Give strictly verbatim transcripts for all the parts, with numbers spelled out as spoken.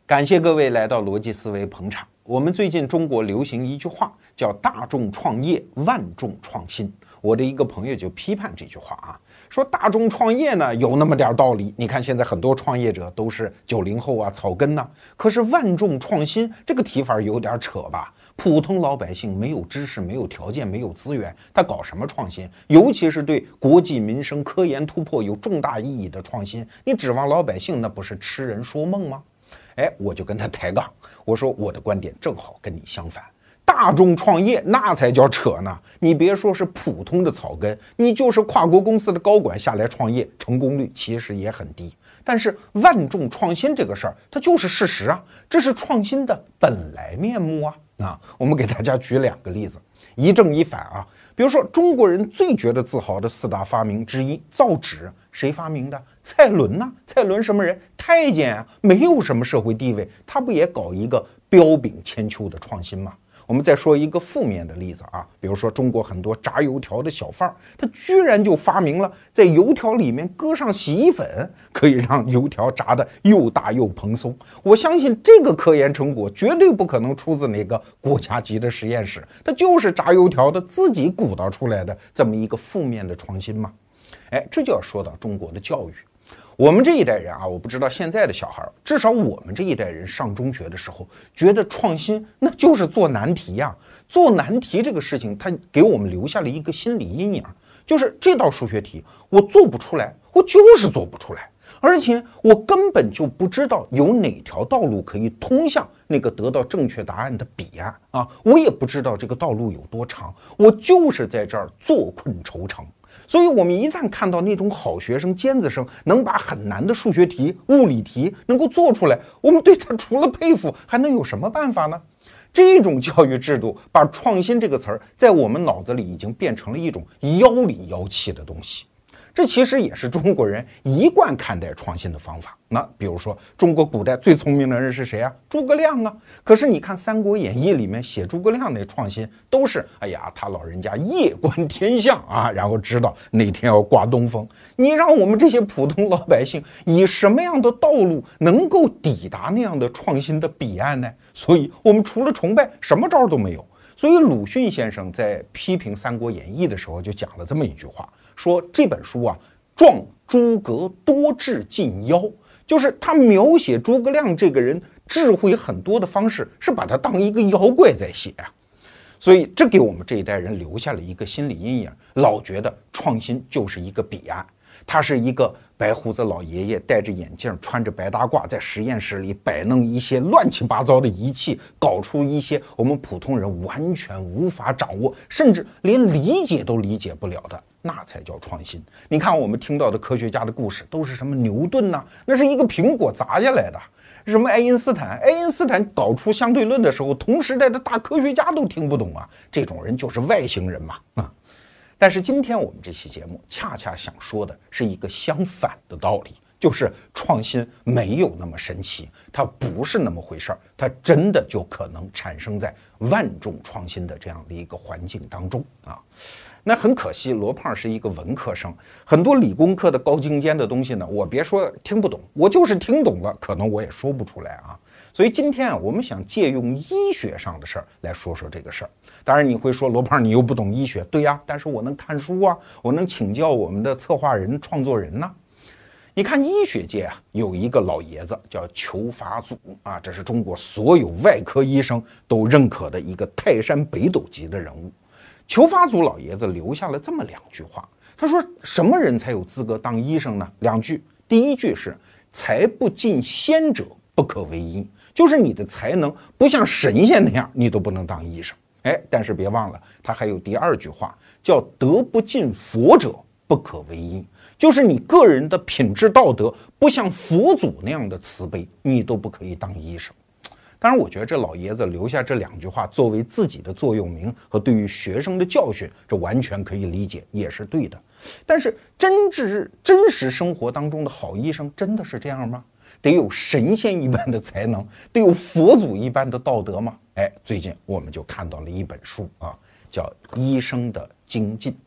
感谢各位来到逻辑思维捧场。我们最近中国流行一句话，叫“大众创业，万众创新”。我的一个朋友就批判这句话啊，说大众创业呢有那么点道理。你看现在很多创业者都是九零后啊、草根呐、啊，可是万众创新这个提法有点扯吧？普通老百姓没有知识、没有条件、没有资源，他搞什么创新？尤其是对国计民生、科研突破有重大意义的创新，你指望老百姓，那不是痴人说梦吗？哎，我就跟他抬杠，我说我的观点正好跟你相反，大众创业那才叫扯呢！你别说是普通的草根，你就是跨国公司的高管下来创业，成功率其实也很低。但是万众创新这个事儿，它就是事实啊，这是创新的本来面目啊！啊，我们给大家举两个例子，一正一反啊。比如说，中国人最觉得自豪的四大发明之一，造纸，谁发明的？蔡伦呐、啊。蔡伦什么人？太监啊，没有什么社会地位，他不也搞一个彪炳千秋的创新吗？我们再说一个负面的例子啊，比如说中国很多炸油条的小贩儿，他居然就发明了在油条里面搁上洗衣粉，可以让油条炸得又大又蓬松。我相信这个科研成果绝对不可能出自哪个国家级的实验室，它就是炸油条的自己鼓捣出来的这么一个负面的创新嘛。哎，这就要说到中国的教育。我们这一代人啊，我不知道现在的小孩，至少我们这一代人上中学的时候，觉得创新那就是做难题呀、啊。做难题这个事情，它给我们留下了一个心理阴影，就是这道数学题我做不出来，我就是做不出来，而且我根本就不知道有哪条道路可以通向那个得到正确答案的彼岸啊，我也不知道这个道路有多长，我就是在这儿坐困愁城。所以我们一旦看到那种好学生、尖子生能把很难的数学题、物理题能够做出来，我们对他除了佩服还能有什么办法呢？这种教育制度把创新这个词儿在我们脑子里已经变成了一种妖里妖气的东西。这其实也是中国人一贯看待创新的方法。那比如说，中国古代最聪明的人是谁啊？诸葛亮啊。可是你看《三国演义》里面写诸葛亮那创新，都是哎呀，他老人家夜观天象啊，然后知道哪天要刮东风。你让我们这些普通老百姓以什么样的道路能够抵达那样的创新的彼岸呢？所以我们除了崇拜，什么招都没有。所以鲁迅先生在批评《三国演义》的时候就讲了这么一句话，说这本书啊，壮诸葛多智近妖，就是他描写诸葛亮这个人智慧很多的方式是把他当一个妖怪在写啊。所以这给我们这一代人留下了一个心理阴影，老觉得创新就是一个彼岸，他是一个白胡子老爷爷戴着眼镜，穿着白大褂，在实验室里摆弄一些乱七八糟的仪器，搞出一些我们普通人完全无法掌握，甚至连理解都理解不了的，那才叫创新。你看我们听到的科学家的故事都是什么牛顿呐、啊，那是一个苹果砸下来的。什么爱因斯坦，爱因斯坦搞出相对论的时候，同时代的大科学家都听不懂啊，这种人就是外星人嘛啊！但是今天我们这期节目恰恰想说的是一个相反的道理，就是创新没有那么神奇，它不是那么回事儿，它真的就可能产生在万众创新的这样的一个环境当中啊。那很可惜，罗胖是一个文科生，很多理工科的高精尖的东西呢，我别说听不懂，我就是听懂了，可能我也说不出来啊。所以今天啊，我们想借用医学上的事儿来说说这个事儿。当然你会说，罗胖你又不懂医学，对呀，但是我能看书啊，我能请教我们的策划人、创作人呢、啊。你看医学界啊，有一个老爷子叫裘法祖啊，这是中国所有外科医生都认可的一个泰山北斗级的人物。裘法祖老爷子留下了这么两句话，他说什么人才有资格当医生呢？两句，第一句是才不尽先者不可为医，就是你的才能不像神仙那样，你都不能当医生。哎，但是别忘了，他还有第二句话，叫德不尽佛者不可为医，就是你个人的品质道德不像佛祖那样的慈悲，你都不可以当医生。当然我觉得这老爷子留下这两句话作为自己的座右铭和对于学生的教训，这完全可以理解，也是对的。但是真实真实生活当中的好医生真的是这样吗？得有神仙一般的才能，得有佛祖一般的道德吗？哎，最近我们就看到了一本书啊，叫《医生的精进》。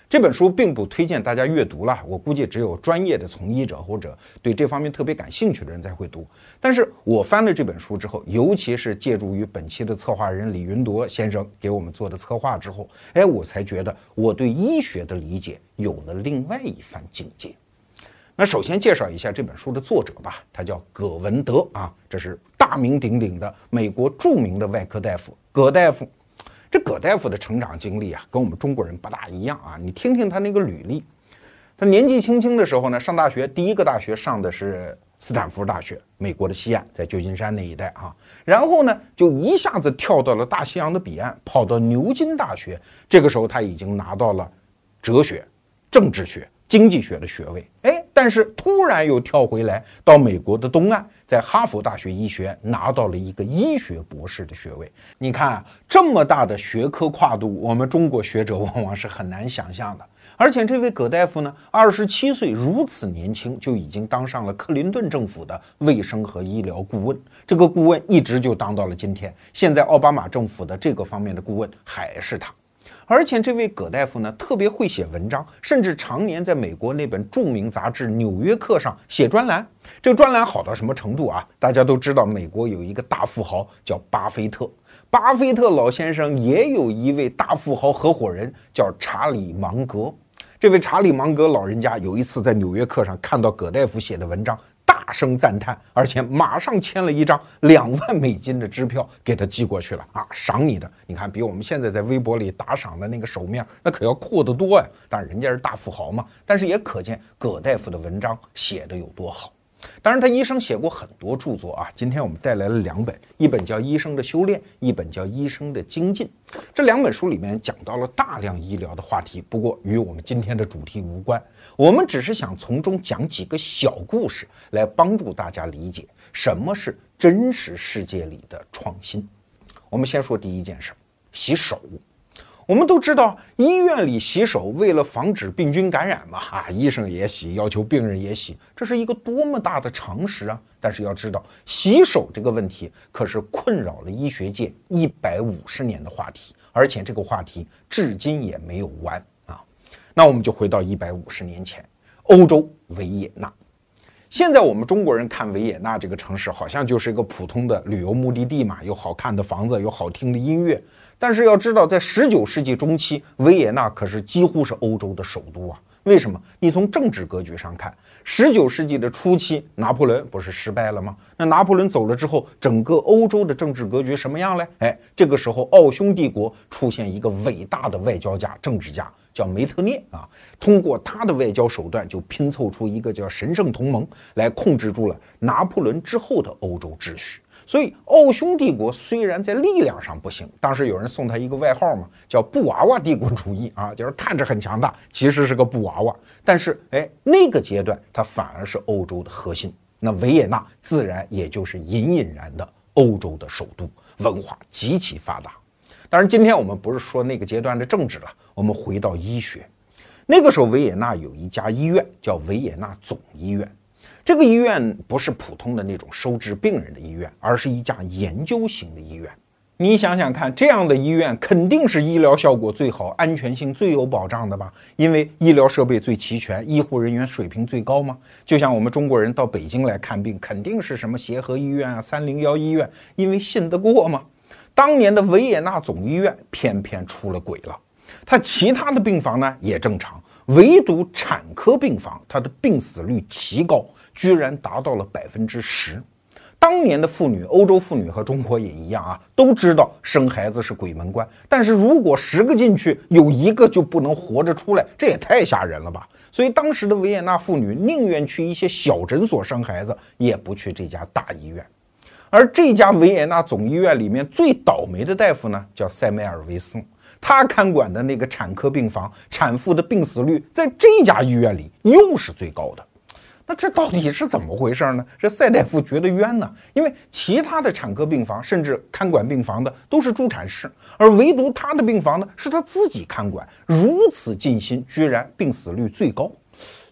这本书并不推荐大家阅读了，我估计只有专业的从医者或者对这方面特别感兴趣的人才会读。但是我翻了这本书之后，尤其是借助于本期的策划人李云铎先生给我们做的策划之后，哎，我才觉得我对医学的理解有了另外一番境界。那首先介绍一下这本书的作者吧，他叫葛文德啊，这是大名鼎鼎的美国著名的外科大夫葛大夫。这葛大夫的成长经历啊，跟我们中国人不大一样啊。你听听他那个履历，他年纪轻轻的时候呢，上大学第一个大学上的是斯坦福大学，美国的西岸，在旧金山那一带啊。然后呢，就一下子跳到了大西洋的彼岸，跑到牛津大学。这个时候他已经拿到了哲学、政治学、经济学的学位，哎，但是突然又跳回来到美国的东岸，在哈佛大学医学院拿到了一个医学博士的学位。你看啊，这么大的学科跨度，我们中国学者往往是很难想象的。而且这位葛大夫呢，二十七岁如此年轻就已经当上了克林顿政府的卫生和医疗顾问，这个顾问一直就当到了今天，现在奥巴马政府的这个方面的顾问还是他。而且这位葛大夫呢，特别会写文章，甚至常年在美国那本著名杂志《纽约客》上写专栏。这个专栏好到什么程度啊？大家都知道，美国有一个大富豪叫巴菲特，巴菲特老先生也有一位大富豪合伙人叫查理芒格。这位查理芒格老人家有一次在《纽约客》上看到葛大夫写的文章，大声赞叹，而且马上签了一张两万美金的支票给他寄过去了啊，赏你的。你看，比我们现在在微博里打赏的那个手面那可要阔得多呀。当然人家是大富豪嘛，但是也可见葛大夫的文章写得有多好。当然他医生写过很多著作啊，今天我们带来了两本，一本叫《医生的修炼》，一本叫《医生的精进》。这两本书里面讲到了大量医疗的话题，不过与我们今天的主题无关，我们只是想从中讲几个小故事来帮助大家理解什么是真实世界里的创新。我们先说第一件事，洗手。我们都知道医院里洗手为了防止病菌感染嘛，啊，医生也洗，要求病人也洗，这是一个多么大的常识啊！但是要知道，洗手这个问题可是困扰了医学界一百五十年的话题，而且这个话题至今也没有完啊。那我们就回到一百五十年前，欧洲维也纳。现在我们中国人看维也纳这个城市，好像就是一个普通的旅游目的地嘛，有好看的房子，有好听的音乐。但是要知道，在十九世纪中期，维也纳可是几乎是欧洲的首都啊。为什么？你从政治格局上看，十九世纪的初期，拿破仑不是失败了吗？那拿破仑走了之后，整个欧洲的政治格局什么样嘞？哎，这个时候奥匈帝国出现一个伟大的外交家、政治家，叫梅特涅啊。通过他的外交手段，就拼凑出一个叫神圣同盟，来控制住了拿破仑之后的欧洲秩序。所以奥匈帝国虽然在力量上不行，当时有人送他一个外号嘛，叫布娃娃帝国主义啊，就是看着很强大，其实是个布娃娃。但是哎，那个阶段它反而是欧洲的核心，那维也纳自然也就是隐隐然的欧洲的首都，文化极其发达。当然今天我们不是说那个阶段的政治了，我们回到医学。那个时候维也纳有一家医院叫维也纳总医院，这个医院不是普通的那种收治病人的医院，而是一家研究型的医院。你想想看，这样的医院肯定是医疗效果最好、安全性最有保障的吧？因为医疗设备最齐全，医护人员水平最高嘛。就像我们中国人到北京来看病，肯定是什么协和医院啊、三零幺医院，因为信得过嘛。当年的维也纳总医院偏偏出了轨了，它其他的病房呢也正常，唯独产科病房它的病死率奇高，居然达到了百分之十。当年的妇女，欧洲妇女和中国也一样啊，都知道生孩子是鬼门关，但是如果十个进去有一个就不能活着出来，这也太吓人了吧。所以当时的维也纳妇女宁愿去一些小诊所生孩子，也不去这家大医院。而这家维也纳总医院里面最倒霉的大夫呢，叫塞梅尔维斯，他看管的那个产科病房，产妇的病死率在这家医院里又是最高的。那这到底是怎么回事呢？这塞大夫觉得冤呢，因为其他的产科病房甚至看管病房的都是助产士，而唯独他的病房呢是他自己看管，如此尽心，居然病死率最高。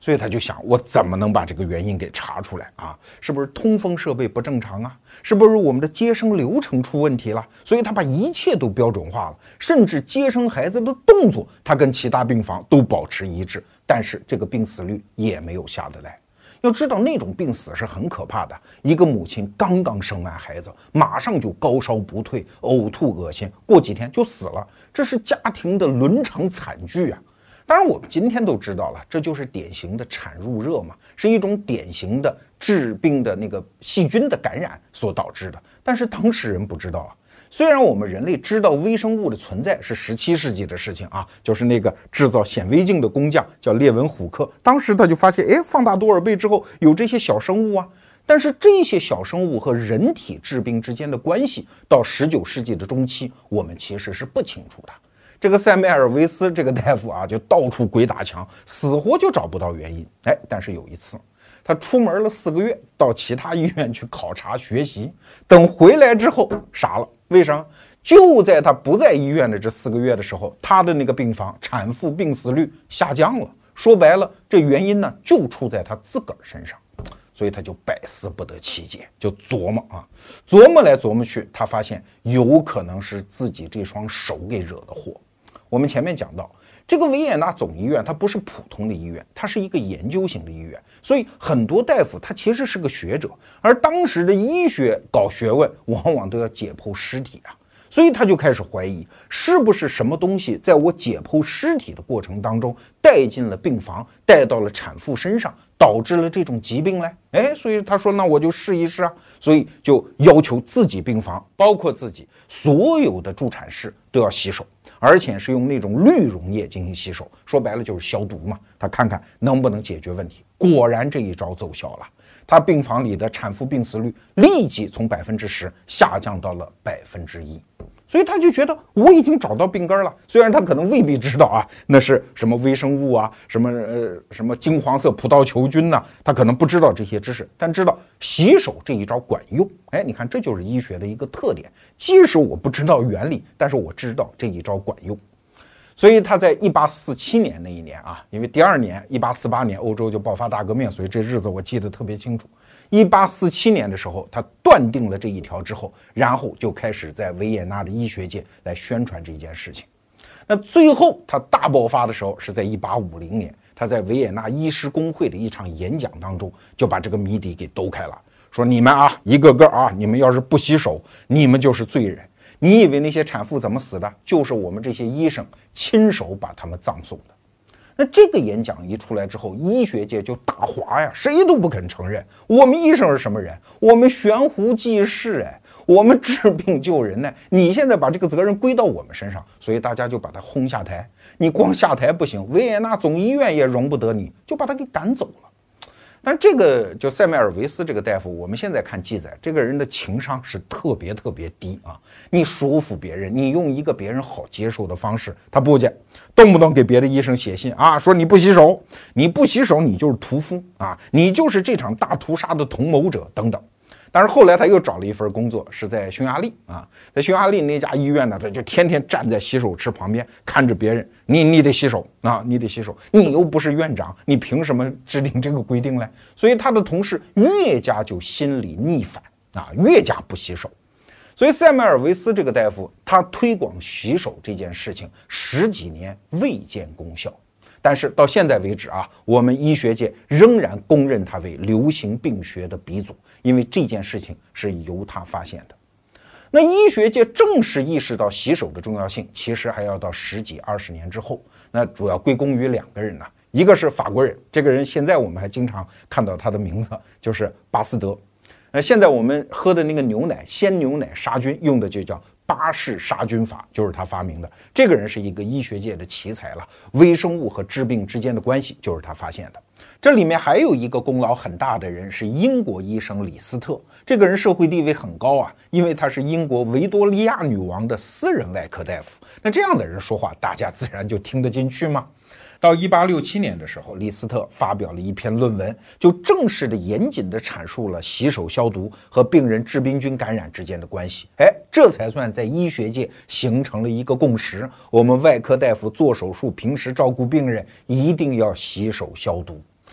所以他就想，我怎么能把这个原因给查出来啊？是不是通风设备不正常啊？是不是我们的接生流程出问题了？所以他把一切都标准化了，甚至接生孩子的动作，他跟其他病房都保持一致，但是这个病死率也没有下得来。要知道那种病死是很可怕的，一个母亲刚刚生完孩子，马上就高烧不退，呕吐恶心，过几天就死了，这是家庭的伦常惨剧啊！当然我们今天都知道了，这就是典型的产褥热嘛，是一种典型的致病的那个细菌的感染所导致的，但是当事人不知道啊。虽然我们人类知道微生物的存在是十七世纪的事情啊，就是那个制造显微镜的工匠叫列文虎克，当时他就发现，哎，放大多少倍之后有这些小生物啊，但是这些小生物和人体致病之间的关系，到十九世纪的中期，我们其实是不清楚的。这个塞梅尔维斯这个大夫啊，就到处鬼打墙，死活就找不到原因。哎，但是有一次，他出门了四个月，到其他医院去考察学习，等回来之后傻了。为啥？就在他不在医院的这四个月的时候，他的那个病房产妇病死率下降了。说白了，这原因呢就出在他自个儿身上，所以他就百思不得其解，就琢磨啊，琢磨来琢磨去，他发现有可能是自己这双手给惹的祸。我们前面讲到，这个维也纳总医院它不是普通的医院，它是一个研究型的医院，所以很多大夫他其实是个学者，而当时的医学搞学问往往都要解剖尸体啊，所以他就开始怀疑，是不是什么东西在我解剖尸体的过程当中带进了病房，带到了产妇身上，导致了这种疾病嘞？哎，所以他说那我就试一试啊，所以就要求自己病房，包括自己所有的助产士都要洗手，而且是用那种氯溶液进行洗手，说白了就是消毒嘛。他看看能不能解决问题，果然这一招奏效了。他病房里的产妇病死率立即从百分之十下降到了百分之一。所以他就觉得我已经找到病根了，虽然他可能未必知道啊，那是什么微生物啊，什么呃什么金黄色葡萄球菌呐、啊，他可能不知道这些知识，但知道洗手这一招管用。哎，你看这就是医学的一个特点，即使我不知道原理，但是我知道这一招管用。所以他在一八四七年那一年啊，因为第二年一八四八年欧洲就爆发大革命，所以这日子我记得特别清楚。一八四七年的时候，他断定了这一条之后，然后就开始在维也纳的医学界来宣传这件事情。那最后他大爆发的时候是在一八五零年，他在维也纳医师工会的一场演讲当中，就把这个谜底给兜开了，说你们啊，一个个啊，你们要是不洗手，你们就是罪人。你以为那些产妇怎么死的？就是我们这些医生亲手把他们葬送的。那这个演讲一出来之后，医学界就大哗呀，谁都不肯承认我们医生是什么人，我们悬壶济世，哎，我们治病救人呢，你现在把这个责任归到我们身上，所以大家就把他轰下台。你光下台不行，维也纳总医院也容不得你，就把他给赶走了。但这个就塞梅尔维斯这个大夫，我们现在看记载，这个人的情商是特别特别低啊！你说服别人，你用一个别人好接受的方式，他不见，动不动给别的医生写信啊，说你不洗手，你不洗手，你就是屠夫啊，你就是这场大屠杀的同谋者等等。但是后来他又找了一份工作，是在匈牙利啊，在匈牙利那家医院呢，他就天天站在洗手池旁边看着别人，你你得洗手啊，你得洗手，你又不是院长，你凭什么制定这个规定呢？所以他的同事越加就心里逆反啊，越加不洗手。所以塞梅尔维斯这个大夫，他推广洗手这件事情十几年未见功效。但是到现在为止啊，我们医学界仍然公认他为流行病学的鼻祖，因为这件事情是由他发现的。那医学界正式意识到洗手的重要性，其实还要到十几二十年之后。那主要归功于两个人呢、啊，一个是法国人，这个人现在我们还经常看到他的名字，就是巴斯德。那现在我们喝的那个牛奶，鲜牛奶杀菌用的就叫巴氏杀菌法，就是他发明的。这个人是一个医学界的奇才了，微生物和致病之间的关系就是他发现的。这里面还有一个功劳很大的人，是英国医生李斯特。这个人社会地位很高啊，因为他是英国维多利亚女王的私人外科大夫。那这样的人说话，大家自然就听得进去吗？到一八六七年的时候，李斯特发表了一篇论文，就正式的严谨的阐述了洗手消毒和病人致病菌感染之间的关系。哎，这才算在医学界形成了一个共识，我们外科大夫做手术，平时照顾病人一定要洗手消毒。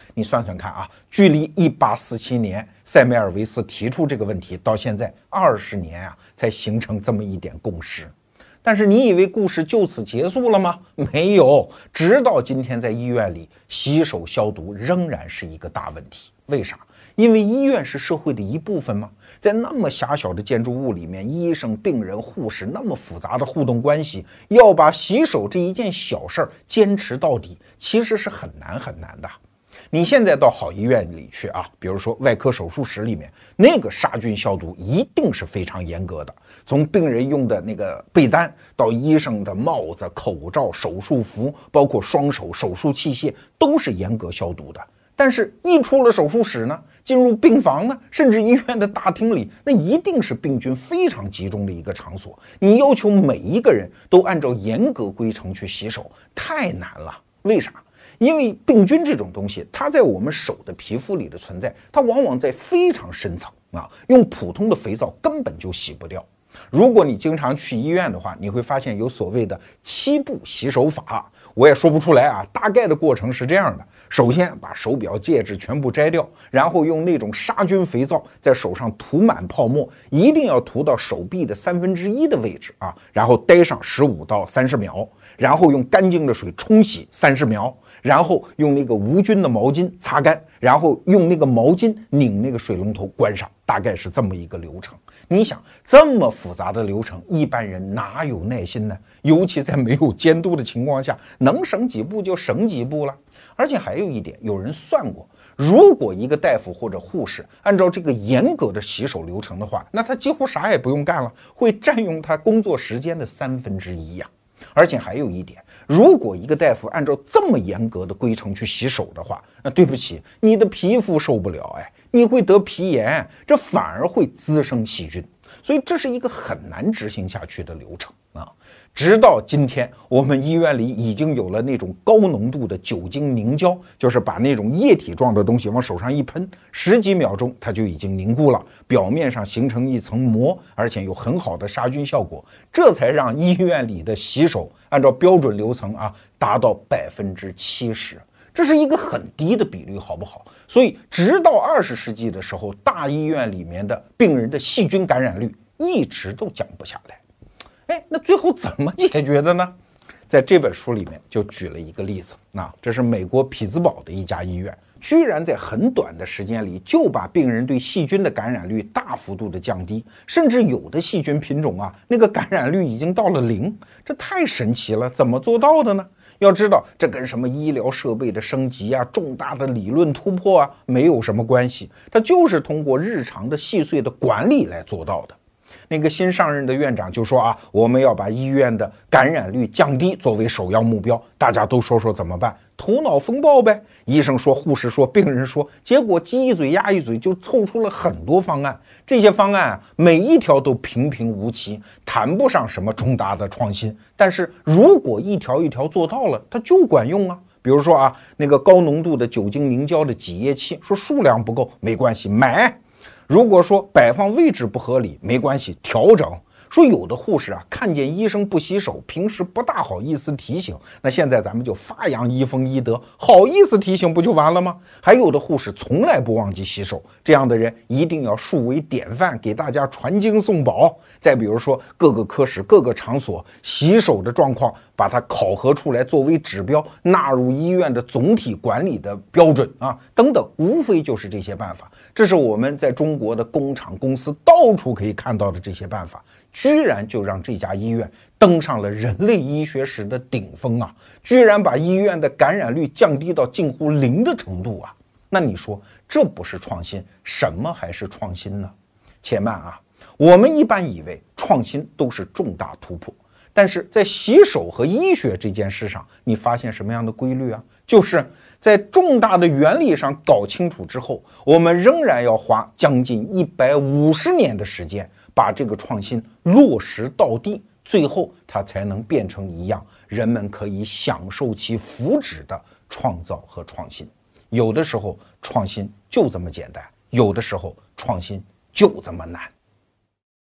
你算算看啊，距离一八四七年塞梅尔维斯提出这个问题到现在二十年啊，才形成这么一点共识。但是你以为故事就此结束了吗？没有，直到今天在医院里，洗手消毒仍然是一个大问题。为啥？因为医院是社会的一部分吗？在那么狭小的建筑物里面，医生、病人、护士那么复杂的互动关系，要把洗手这一件小事儿坚持到底，其实是很难很难的。你现在到好医院里去啊，比如说外科手术室里面，那个杀菌消毒一定是非常严格的，从病人用的那个被单到医生的帽子、口罩、手术服，包括双手、手术器械，都是严格消毒的。但是，一出了手术室呢，进入病房呢，甚至医院的大厅里，那一定是病菌非常集中的一个场所。你要求每一个人都按照严格规程去洗手，太难了。为啥？因为病菌这种东西，它在我们手的皮肤里的存在，它往往在非常深层啊，用普通的肥皂根本就洗不掉。如果你经常去医院的话，你会发现有所谓的七步洗手法，我也说不出来啊，大概的过程是这样的：首先把手表、戒指全部摘掉，然后用那种杀菌肥皂在手上涂满泡沫，一定要涂到手臂的三分之一的位置啊，然后待上十五到三十秒，然后用干净的水冲洗三十秒，然后用那个无菌的毛巾擦干，然后用那个毛巾拧那个水龙头关上，大概是这么一个流程。你想，这么复杂的流程，一般人哪有耐心呢？尤其在没有监督的情况下，能省几步就省几步了。而且还有一点，有人算过，如果一个大夫或者护士按照这个严格的洗手流程的话，那他几乎啥也不用干了，会占用他工作时间的三分之一呀。而且还有一点，如果一个大夫按照这么严格的规程去洗手的话，那对不起，你的皮肤受不了，哎，你会得皮炎，这反而会滋生细菌。所以这是一个很难执行下去的流程啊！直到今天，我们医院里已经有了那种高浓度的酒精凝胶，就是把那种液体状的东西往手上一喷，十几秒钟它就已经凝固了，表面上形成一层膜，而且有很好的杀菌效果，这才让医院里的洗手按照标准流程啊达到百分之七十。这是一个很低的比率，好不好？所以直到二十世纪的时候，大医院里面的病人的细菌感染率一直都降不下来。哎，那最后怎么解决的呢？在这本书里面就举了一个例子，啊，这是美国匹兹堡的一家医院，居然在很短的时间里就把病人对细菌的感染率大幅度的降低，甚至有的细菌品种啊，那个感染率已经到了零，这太神奇了，怎么做到的呢？要知道，这跟什么医疗设备的升级啊、重大的理论突破啊没有什么关系，它就是通过日常的细碎的管理来做到的。那个新上任的院长就说啊，我们要把医院的感染率降低作为首要目标，大家都说说怎么办？头脑风暴呗。医生说，护士说，病人说，结果鸡一嘴鸭一嘴就凑出了很多方案。这些方案啊，每一条都平平无奇，谈不上什么重大的创新。但是如果一条一条做到了，它就管用啊。比如说啊，那个高浓度的酒精凝胶的挤液器，说数量不够没关系，买。如果说摆放位置不合理，没关系，调整。说有的护士啊，看见医生不洗手，平时不大好意思提醒，那现在咱们就发扬医风医德，好意思提醒不就完了吗？还有的护士从来不忘记洗手，这样的人一定要树为典范，给大家传经送宝。再比如说各个科室各个场所洗手的状况，把它考核出来作为指标，纳入医院的总体管理的标准啊，等等，无非就是这些办法。这是我们在中国的工厂公司到处可以看到的这些办法，居然就让这家医院登上了人类医学史的顶峰啊！居然把医院的感染率降低到近乎零的程度啊！那你说这不是创新，什么还是创新呢？且慢啊，我们一般以为创新都是重大突破，但是在洗手和医学这件事上，你发现什么样的规律啊？就是在重大的原理上搞清楚之后，我们仍然要花将近一百五十年的时间把这个创新落实到地，最后它才能变成一样人们可以享受其福祉的创造和创新。有的时候创新就这么简单，有的时候创新就这么难。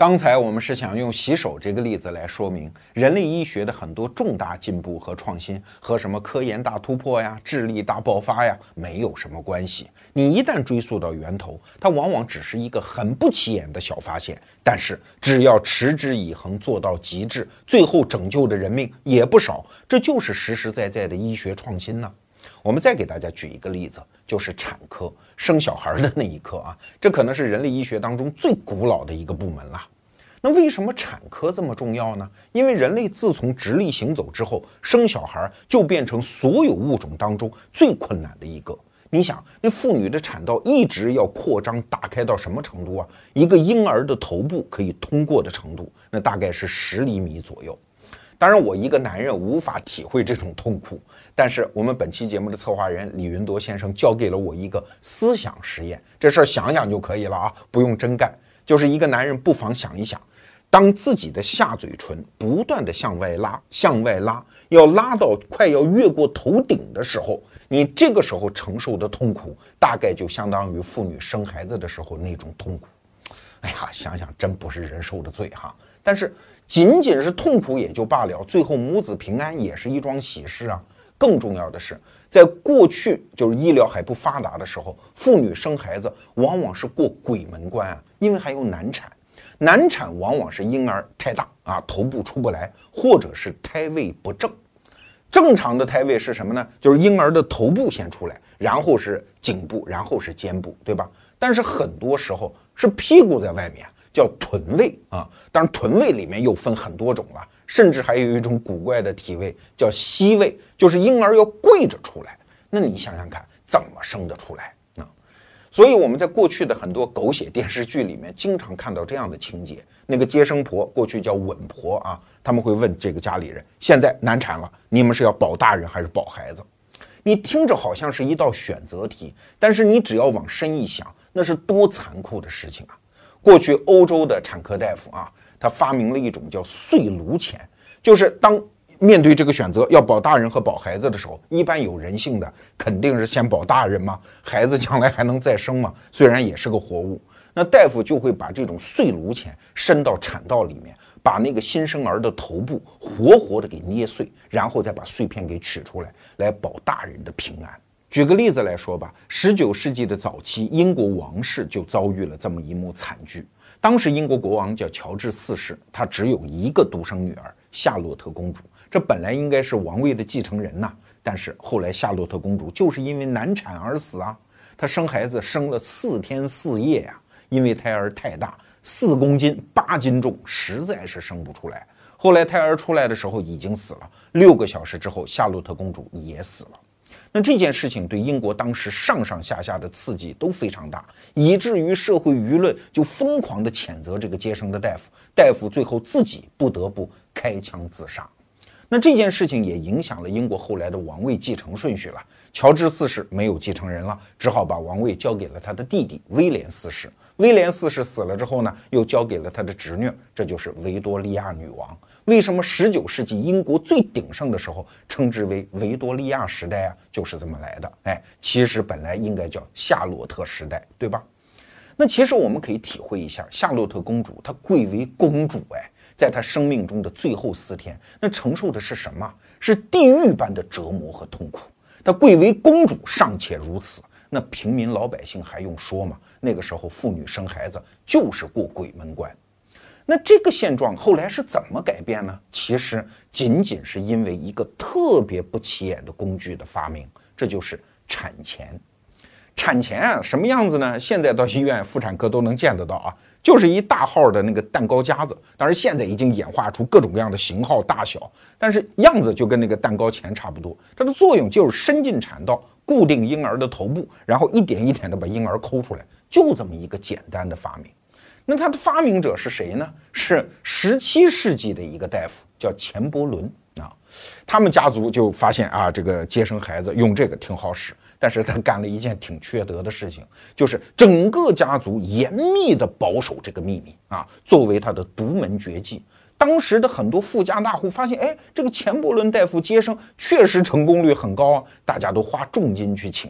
刚才我们是想用洗手这个例子来说明人类医学的很多重大进步和创新和什么科研大突破呀、智力大爆发呀没有什么关系。你一旦追溯到源头，它往往只是一个很不起眼的小发现，但是只要持之以恒做到极致，最后拯救的人命也不少，这就是实实在在的医学创新呢。我们再给大家举一个例子，就是产科，生小孩的那一刻啊，这可能是人类医学当中最古老的一个部门了。那为什么产科这么重要呢？因为人类自从直立行走之后，生小孩就变成所有物种当中最困难的一个。你想，那妇女的产道一直要扩张打开到什么程度啊？一个婴儿的头部可以通过的程度，那大概是十厘米左右。当然，我一个男人无法体会这种痛苦，但是我们本期节目的策划人李云铎先生教给了我一个思想实验，这事儿想想就可以了啊，不用真干。就是一个男人不妨想一想，当自己的下嘴唇不断的向外拉，向外拉，要拉到快要越过头顶的时候，你这个时候承受的痛苦，大概就相当于妇女生孩子的时候那种痛苦。哎呀，想想真不是人受的罪哈。但是仅仅是痛苦也就罢了，最后母子平安也是一桩喜事啊。更重要的是，在过去就是医疗还不发达的时候，妇女生孩子往往是过鬼门关啊，因为还有难产。难产往往是婴儿太大啊，头部出不来，或者是胎位不正。正常的胎位是什么呢？就是婴儿的头部先出来，然后是颈部，然后是肩部，对吧？但是很多时候是屁股在外面，叫臀位啊。当然臀位里面又分很多种了，甚至还有一种古怪的体位叫膝位，就是婴儿要跪着出来。那你想想看，怎么生得出来？所以我们在过去的很多狗血电视剧里面经常看到这样的情节，那个接生婆，过去叫稳婆啊，他们会问这个家里人，现在难产了，你们是要保大人还是保孩子？你听着好像是一道选择题，但是你只要往深一想，那是多残酷的事情啊。过去欧洲的产科大夫啊，他发明了一种叫碎颅钳，就是当面对这个选择要保大人和保孩子的时候，一般有人性的肯定是先保大人嘛，孩子将来还能再生嘛，虽然也是个活物。那大夫就会把这种碎颅钳伸到产道里面，把那个新生儿的头部活活的给捏碎，然后再把碎片给取出来，来保大人的平安。举个例子来说吧，十九世纪的早期，英国王室就遭遇了这么一幕惨剧。当时英国国王叫乔治四世，他只有一个独生女儿夏洛特公主，这本来应该是王位的继承人呐，但是后来夏洛特公主就是因为难产而死啊。她生孩子生了四天四夜呀、啊，因为胎儿太大，四公斤八斤重，实在是生不出来。后来胎儿出来的时候已经死了，六个小时之后，夏洛特公主也死了。那这件事情对英国当时上上下下的刺激都非常大，以至于社会舆论就疯狂地谴责这个接生的大夫，大夫最后自己不得不开枪自杀。那这件事情也影响了英国后来的王位继承顺序了。乔治四世没有继承人了，只好把王位交给了他的弟弟威廉四世。威廉四世死了之后呢，又交给了他的侄女，这就是维多利亚女王。为什么十九世纪英国最鼎盛的时候称之为维多利亚时代啊？就是这么来的。哎，其实本来应该叫夏洛特时代，对吧？那其实我们可以体会一下，夏洛特公主她贵为公主，哎，在她生命中的最后四天，那承受的是什么？是地狱般的折磨和痛苦。她贵为公主尚且如此，那平民老百姓还用说吗？那个时候妇女生孩子就是过鬼门关。那这个现状后来是怎么改变呢？其实仅仅是因为一个特别不起眼的工具的发明，这就是产钳。产钳啊，什么样子呢？现在到医院妇产科都能见得到啊，就是一大号的那个蛋糕夹子。当然现在已经演化出各种各样的型号大小，但是样子就跟那个蛋糕钳差不多。它的作用就是伸进产道，固定婴儿的头部，然后一点一点的把婴儿抠出来，就这么一个简单的发明。那它的发明者是谁呢？是十七世纪的一个大夫，叫钱伯伦啊。他们家族就发现啊，这个接生孩子用这个挺好使，但是他干了一件挺缺德的事情，就是整个家族严密的保守这个秘密啊，作为他的独门绝技。当时的很多富家大户发现，哎，这个钱伯伦大夫接生确实成功率很高啊，大家都花重金去请他。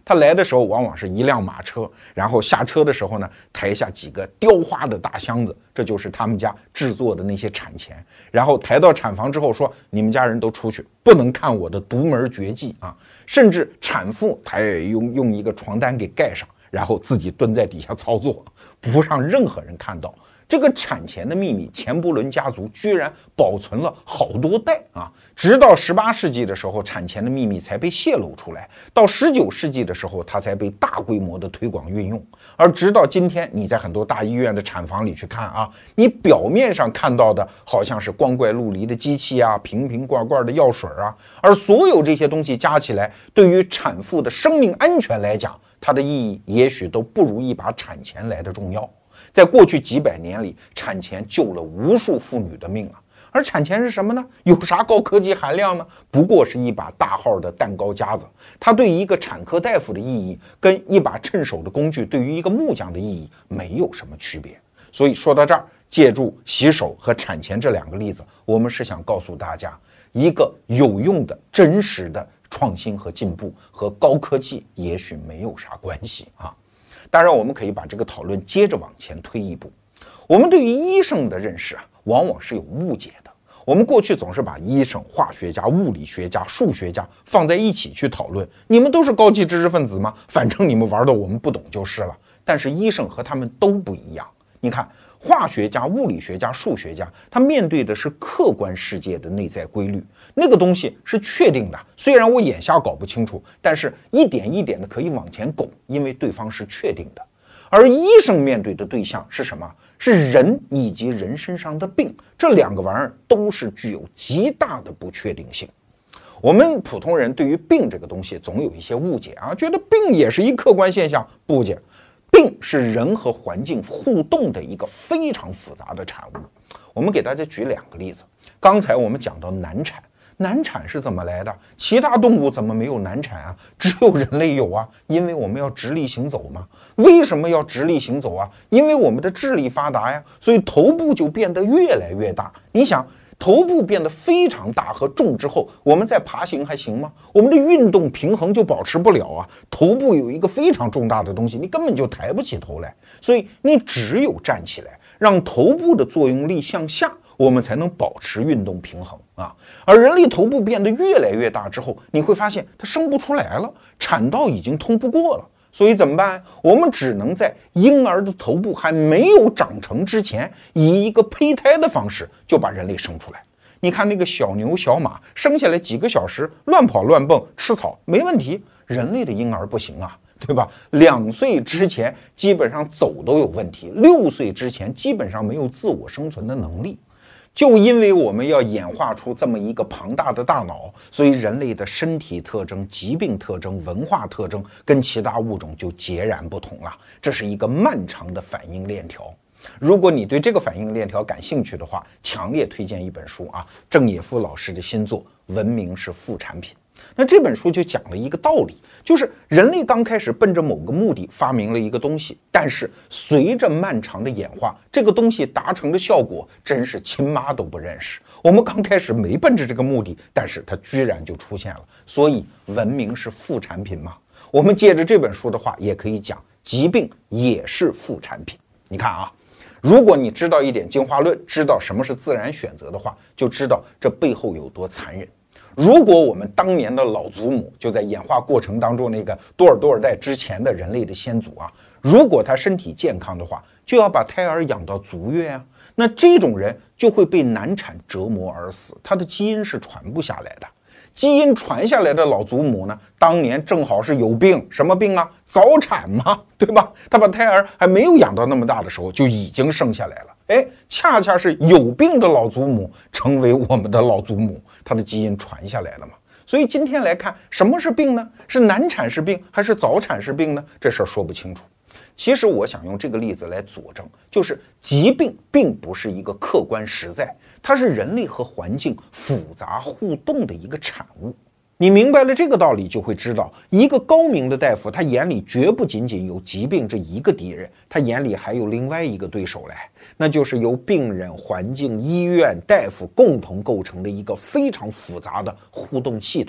他来的时候往往是一辆马车，然后下车的时候呢，抬下几个雕花的大箱子，这就是他们家制作的那些产钱。然后抬到产房之后说：“你们家人都出去，不能看我的独门绝技啊！”甚至产妇她也用用一个床单给盖上，然后自己蹲在底下操作，不让任何人看到。这个产钱的秘密，钱伯伦家族居然保存了好多代啊！直到十八世纪的时候，产钱的秘密才被泄露出来；到十九世纪的时候，它才被大规模的推广运用。而直到今天，你在很多大医院的产房里去看啊，你表面上看到的好像是光怪陆离的机器啊，瓶瓶罐罐的药水啊，而所有这些东西加起来，对于产妇的生命安全来讲，它的意义也许都不如一把产钱来的重要。在过去几百年里，产钱救了无数妇女的命啊！而产钱是什么呢？有啥高科技含量呢？不过是一把大号的蛋糕夹子，它对于一个产科大夫的意义，跟一把趁手的工具对于一个木匠的意义没有什么区别。所以说到这儿，借助洗手和产钱这两个例子，我们是想告诉大家，一个有用的、真实的创新和进步和高科技也许没有啥关系啊。当然，我们可以把这个讨论接着往前推一步。我们对于医生的认识啊，往往是有误解的。我们过去总是把医生、化学家、物理学家、数学家放在一起去讨论，你们都是高级知识分子吗？反正你们玩的我们不懂就是了。但是医生和他们都不一样。你看，化学家、物理学家、数学家，他面对的是客观世界的内在规律，那个东西是确定的。虽然我眼下搞不清楚，但是一点一点的可以往前拱，因为对方是确定的。而医生面对的对象是什么？是人以及人身上的病，这两个玩意儿都是具有极大的不确定性。我们普通人对于病这个东西总有一些误解啊，觉得病也是一客观现象，不解。病是人和环境互动的一个非常复杂的产物。我们给大家举两个例子。刚才我们讲到难产，难产是怎么来的？其他动物怎么没有难产啊？只有人类有啊，因为我们要直立行走嘛。为什么要直立行走啊？因为我们的智力发达呀，所以头部就变得越来越大。你想，头部变得非常大和重之后，我们再爬行还行吗？我们的运动平衡就保持不了啊！头部有一个非常重大的东西，你根本就抬不起头来，所以你只有站起来，让头部的作用力向下，我们才能保持运动平衡啊！而人类头部变得越来越大之后，你会发现它生不出来了，产道已经通不过了。所以怎么办？我们只能在婴儿的头部还没有长成之前，以一个胚胎的方式就把人类生出来。你看那个小牛小马生下来几个小时乱跑乱蹦吃草没问题，人类的婴儿不行啊，对吧？两岁之前基本上走都有问题，六岁之前基本上没有自我生存的能力。就因为我们要演化出这么一个庞大的大脑，所以人类的身体特征、疾病特征、文化特征跟其他物种就截然不同了。这是一个漫长的反应链条。如果你对这个反应链条感兴趣的话，强烈推荐一本书啊，郑也夫老师的新作《文明是副产品》。那这本书就讲了一个道理，就是人类刚开始奔着某个目的发明了一个东西，但是随着漫长的演化，这个东西达成的效果真是亲妈都不认识。我们刚开始没奔着这个目的，但是它居然就出现了。所以文明是副产品吗？我们借着这本书的话，也可以讲疾病也是副产品。你看啊，如果你知道一点进化论，知道什么是自然选择的话，就知道这背后有多残忍。如果我们当年的老祖母，就在演化过程当中那个多尔多尔代之前的人类的先祖啊，如果他身体健康的话，就要把胎儿养到足月啊，那这种人就会被难产折磨而死，他的基因是传不下来的。基因传下来的老祖母呢，当年正好是有病，什么病啊？早产嘛，对吧？他把胎儿还没有养到那么大的时候就已经生下来了。哎，恰恰是有病的老祖母成为我们的老祖母，他的基因传下来了嘛。所以今天来看，什么是病呢？是难产是病还是早产是病呢？这事儿说不清楚。其实我想用这个例子来佐证，就是疾病并不是一个客观实在，它是人类和环境复杂互动的一个产物。你明白了这个道理，就会知道一个高明的大夫，他眼里绝不仅仅有疾病这一个敌人，他眼里还有另外一个对手来，那就是由病人、环境、医院、大夫共同构成的一个非常复杂的互动系统。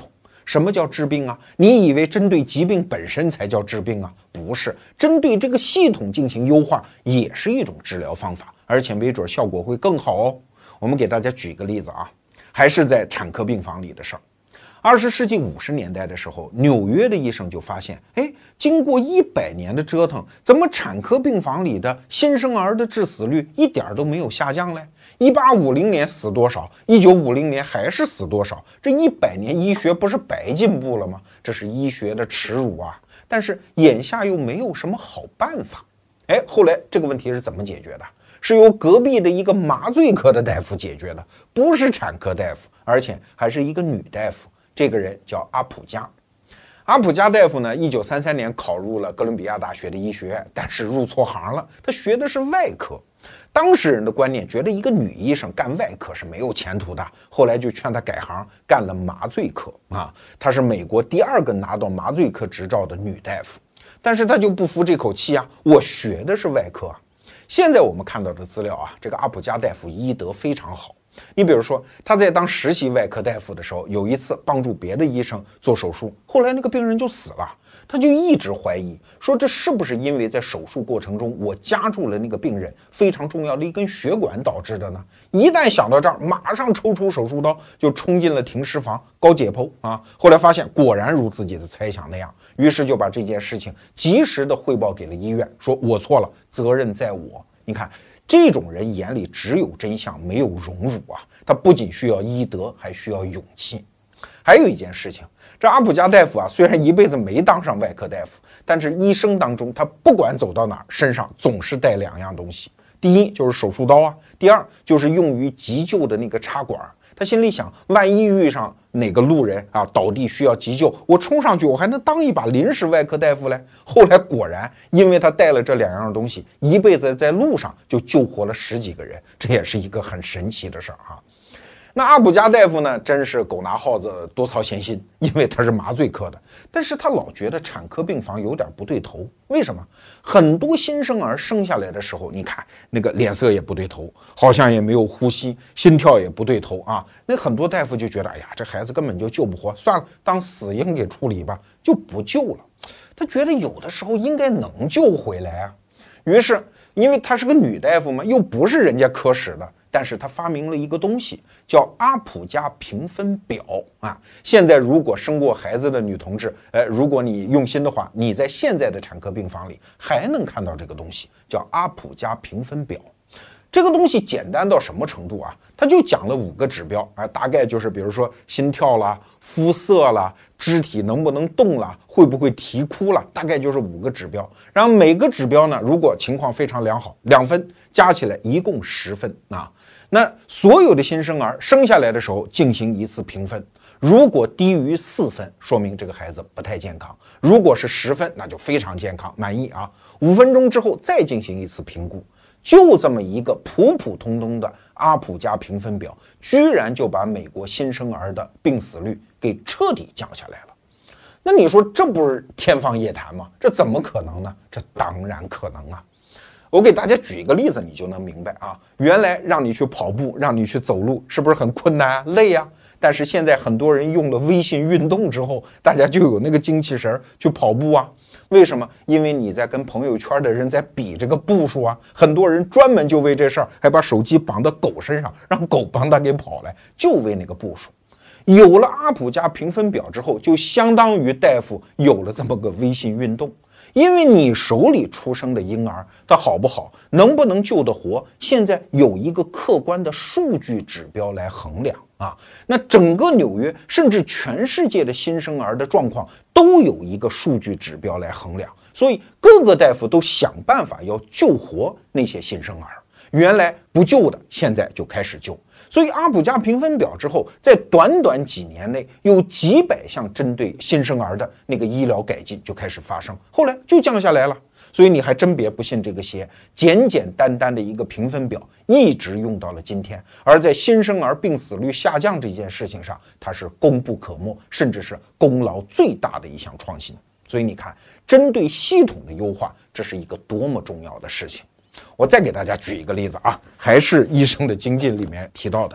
什么叫治病啊？你以为针对疾病本身才叫治病啊？不是，针对这个系统进行优化也是一种治疗方法，而且没准效果会更好哦。我们给大家举一个例子啊，还是在产科病房里的事儿。二十世纪五十年代的时候，纽约的医生就发现，哎，经过一百年的折腾，怎么产科病房里的新生儿的致死率一点都没有下降嘞？一八五零年死多少，一九五零年还是死多少，这一百年医学不是白进步了吗？这是医学的耻辱啊！但是眼下又没有什么好办法。哎，后来这个问题是怎么解决的？是由隔壁的一个麻醉科的大夫解决的，不是产科大夫，而且还是一个女大夫。这个人叫阿普加。阿普加大夫呢，一九三三年考入了哥伦比亚大学的医学院，但是入错行了，他学的是外科。当时人的观念觉得一个女医生干外科是没有前途的，后来就劝她改行干了麻醉科啊。她是美国第二个拿到麻醉科执照的女大夫，但是她就不服这口气啊，我学的是外科啊。现在我们看到的资料啊，这个阿普加大夫医德非常好。你比如说，他在当实习外科大夫的时候，有一次帮助别的医生做手术，后来那个病人就死了，他就一直怀疑说，这是不是因为在手术过程中我夹住了那个病人非常重要的一根血管导致的呢？一旦想到这儿，马上抽出手术刀就冲进了停尸房搞解剖啊！后来发现果然如自己的猜想那样，于是就把这件事情及时的汇报给了医院，说我错了，责任在我。你看。这种人眼里只有真相，没有荣辱啊！他不仅需要医德，还需要勇气。还有一件事情，这阿普加大夫啊，虽然一辈子没当上外科大夫，但是一生当中他不管走到哪儿，身上总是带两样东西。第一就是手术刀啊，第二就是用于急救的那个插管。他心里想，万一遇上哪个路人啊倒地需要急救，我冲上去，我还能当一把临时外科大夫嘞。后来果然，因为他带了这两样东西，一辈子在路上就救活了十几个人，这也是一个很神奇的事儿哈。那阿普加大夫呢，真是狗拿耗子多操闲心，因为他是麻醉科的，但是他老觉得产科病房有点不对头。为什么？很多新生儿生下来的时候，你看那个脸色也不对头，好像也没有呼吸，心跳也不对头啊。那很多大夫就觉得，哎呀，这孩子根本就救不活，算了，当死婴给处理吧，就不救了。他觉得有的时候应该能救回来啊。于是，因为他是个女大夫嘛，又不是人家科室的。但是他发明了一个东西，叫阿普加评分表啊。现在如果生过孩子的女同志，呃，如果你用心的话，你在现在的产科病房里还能看到这个东西，叫阿普加评分表。这个东西简单到什么程度啊？它就讲了五个指标啊，大概就是比如说心跳啦、肤色啦、肢体能不能动啦、会不会啼哭啦，大概就是五个指标。然后每个指标呢，如果情况非常良好，两分，加起来一共十分啊。那所有的新生儿生下来的时候进行一次评分，如果低于四分，说明这个孩子不太健康；如果是十分，那就非常健康，满意啊。五分钟之后再进行一次评估，就这么一个普普通通的阿普加评分表，居然就把美国新生儿的病死率给彻底降下来了。那你说这不是天方夜谭吗？这怎么可能呢？这当然可能啊。我给大家举一个例子，你就能明白啊。原来让你去跑步，让你去走路，是不是很困难啊、累呀、啊？但是现在很多人用了微信运动之后，大家就有那个精气神去跑步啊。为什么？因为你在跟朋友圈的人在比这个步数啊。很多人专门就为这事儿，还把手机绑到狗身上，让狗帮他给跑来，就为那个步数。有了阿普加评分表之后，就相当于大夫有了这么个微信运动。因为你手里出生的婴儿，他好不好，能不能救得活，现在有一个客观的数据指标来衡量啊。那整个纽约，甚至全世界的新生儿的状况，都有一个数据指标来衡量。所以各个大夫都想办法要救活那些新生儿，原来不救的，现在就开始救。所以阿普加评分表之后，在短短几年内，有几百项针对新生儿的那个医疗改进就开始发生，后来就降下来了。所以你还真别不信这个邪，简简单单的一个评分表，一直用到了今天。而在新生儿病死率下降这件事情上，它是功不可没，甚至是功劳最大的一项创新。所以你看，针对系统的优化，这是一个多么重要的事情。我再给大家举一个例子啊，还是医生的精进里面提到的。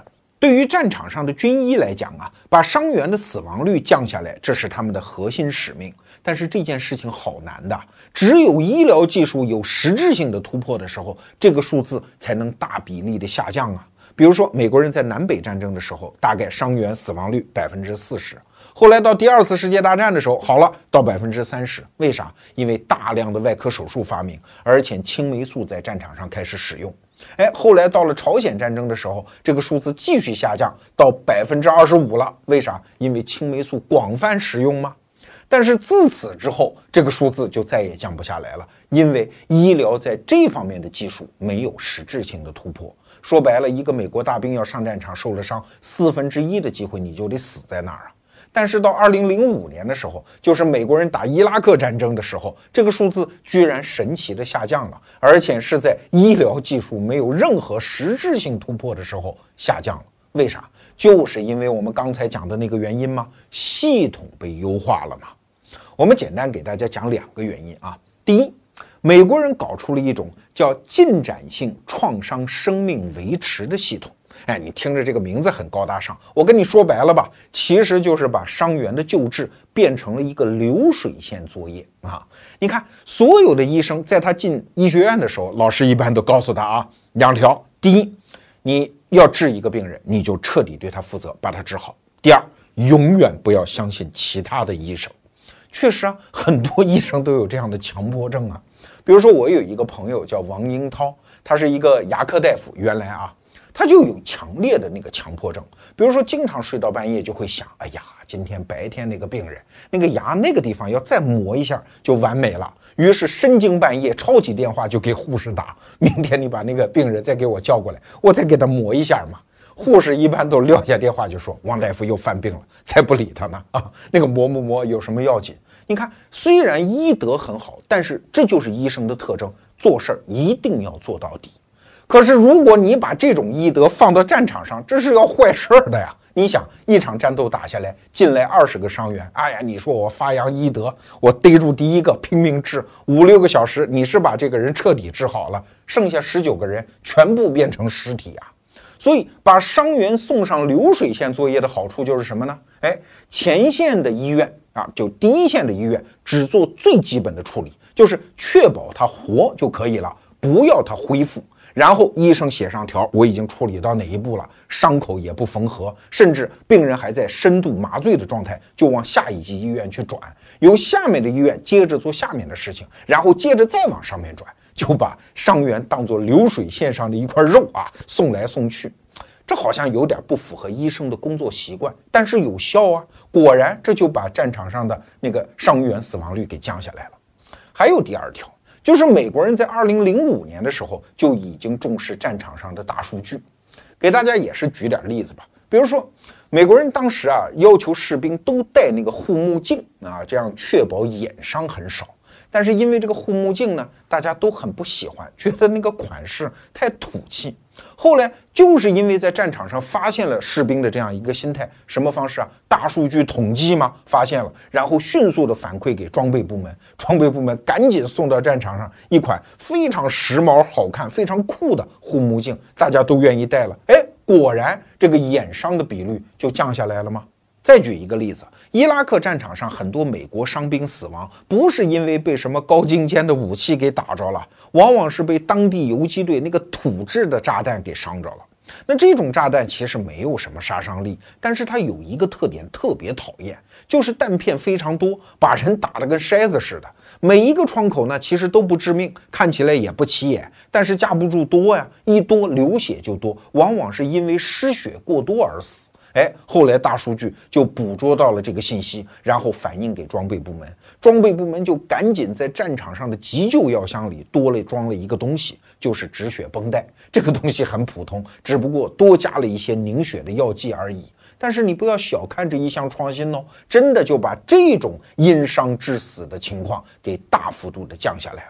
对于战场上的军医来讲啊，把伤员的死亡率降下来，这是他们的核心使命。但是这件事情好难的，只有医疗技术有实质性的突破的时候，这个数字才能大比例的下降啊。比如说，美国人在南北战争的时候，大概伤员死亡率百分之四十。后来到第二次世界大战的时候，好了，到百分之三十。为啥？因为大量的外科手术发明，而且青霉素在战场上开始使用。哎，后来到了朝鲜战争的时候，这个数字继续下降到百分之二十五了。为啥？因为青霉素广泛使用吗？但是自此之后，这个数字就再也降不下来了，因为医疗在这方面的技术没有实质性的突破。说白了，一个美国大兵要上战场受了伤，四分之一的机会你就得死在那儿啊。但是到二零零五年的时候，就是美国人打伊拉克战争的时候，这个数字居然神奇的下降了，而且是在医疗技术没有任何实质性突破的时候下降了。为啥？就是因为我们刚才讲的那个原因吗？系统被优化了嘛。我们简单给大家讲两个原因啊。第一，美国人搞出了一种叫进展性创伤生命维持的系统。哎，你听着这个名字很高大上，我跟你说白了吧，其实就是把伤员的救治变成了一个流水线作业啊。你看，所有的医生在他进医学院的时候，老师一般都告诉他啊，两条：第一，你要治一个病人，你就彻底对他负责，把他治好；第二，永远不要相信其他的医生。确实啊，很多医生都有这样的强迫症啊。比如说，我有一个朋友叫王英涛，他是一个牙科大夫，原来啊。他就有强烈的那个强迫症，比如说经常睡到半夜就会想，哎呀，今天白天那个病人那个牙那个地方要再磨一下就完美了，于是深更半夜抄起电话就给护士打，明天你把那个病人再给我叫过来，我再给他磨一下嘛。护士一般都撂下电话就说，王大夫又犯病了，才不理他呢啊，那个磨不磨有什么要紧？你看，虽然医德很好，但是这就是医生的特征，做事儿一定要做到底。可是如果你把这种医德放到战场上，这是要坏事的呀。你想，一场战斗打下来，进来二十个伤员，哎呀，你说我发扬医德，我逮住第一个拼命治，五六个小时，你是把这个人彻底治好了，剩下十九个人全部变成尸体啊。所以把伤员送上流水线作业的好处就是什么呢？哎，前线的医院啊，就第一线的医院只做最基本的处理，就是确保他活就可以了，不要他恢复。然后医生写上条，我已经处理到哪一步了，伤口也不缝合，甚至病人还在深度麻醉的状态，就往下一级医院去转，由下面的医院接着做下面的事情，然后接着再往上面转，就把伤员当作流水线上的一块肉啊，送来送去。这好像有点不符合医生的工作习惯，但是有效啊，果然这就把战场上的那个伤员死亡率给降下来了。还有第二条，就是美国人在二零零五年的时候就已经重视战场上的大数据。给大家也是举点例子吧，比如说美国人当时啊要求士兵都戴那个护目镜啊，这样确保眼伤很少。但是因为这个护目镜呢，大家都很不喜欢，觉得那个款式太土气。后来就是因为在战场上发现了士兵的这样一个心态，什么方式啊？大数据统计嘛，发现了，然后迅速的反馈给装备部门，装备部门赶紧送到战场上一款非常时髦、好看、非常酷的护目镜，大家都愿意戴了。哎，果然这个眼伤的比率就降下来了吗？再举一个例子，伊拉克战场上很多美国伤兵死亡，不是因为被什么高精尖的武器给打着了，往往是被当地游击队那个土制的炸弹给伤着了。那这种炸弹其实没有什么杀伤力，但是它有一个特点特别讨厌，就是弹片非常多，把人打得跟筛子似的。每一个窗口呢，其实都不致命，看起来也不起眼，但是架不住多呀，一多流血就多，往往是因为失血过多而死。哎，后来大数据就捕捉到了这个信息，然后反映给装备部门，装备部门就赶紧在战场上的急救药箱里多了装了一个东西，就是止血绷带。这个东西很普通，只不过多加了一些凝血的药剂而已。但是你不要小看这一项创新哦，真的就把这种因伤致死的情况给大幅度的降下来了。